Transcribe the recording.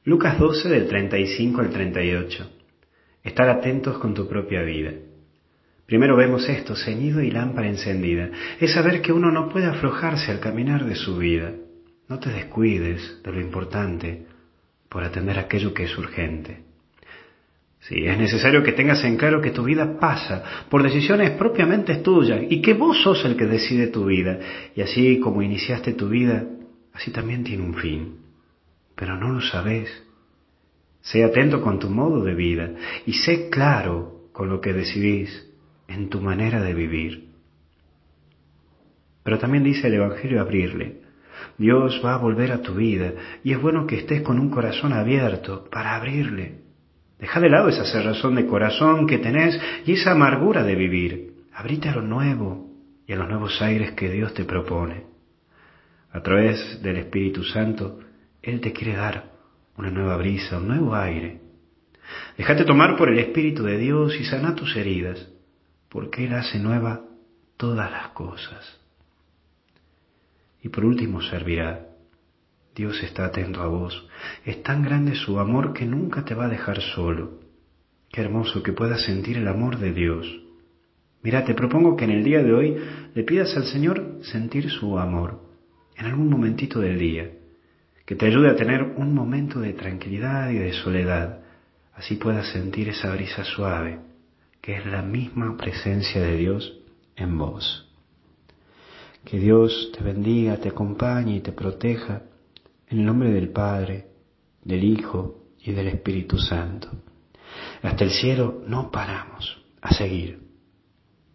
Lucas 12 del 35 al 38. Estar atentos con tu propia vida. Primero vemos esto, ceñido y lámpara encendida. Es saber que uno no puede aflojarse al caminar de su vida. No te descuides de lo importante por atender aquello que es urgente. Sí, es necesario que tengas en claro que tu vida pasa por decisiones propiamente tuyas y que vos sos el que decide tu vida. Y así como iniciaste tu vida, así también tiene un fin. Pero no lo sabés. Sé atento con tu modo de vida y sé claro con lo que decidís en tu manera de vivir. Pero también dice el Evangelio abrirle. Dios va a volver a tu vida y es bueno que estés con un corazón abierto para abrirle. Deja de lado esa cerrazón de corazón que tenés y esa amargura de vivir. Abrite a lo nuevo y a los nuevos aires que Dios te propone. A través del Espíritu Santo, Él te quiere dar una nueva brisa, un nuevo aire. Déjate tomar por el Espíritu de Dios y sana tus heridas, porque Él hace nueva todas las cosas. Y por último servirá. Dios está atento a vos. Es tan grande su amor que nunca te va a dejar solo. Qué hermoso que puedas sentir el amor de Dios. Mira, te propongo que en el día de hoy le pidas al Señor sentir su amor en algún momentito del día, que te ayude a tener un momento de tranquilidad y de soledad. Así puedas sentir esa brisa suave, que es la misma presencia de Dios en vos. Que Dios te bendiga, te acompañe y te proteja, en el nombre del Padre, del Hijo y del Espíritu Santo. Hasta el cielo no paramos, a seguir.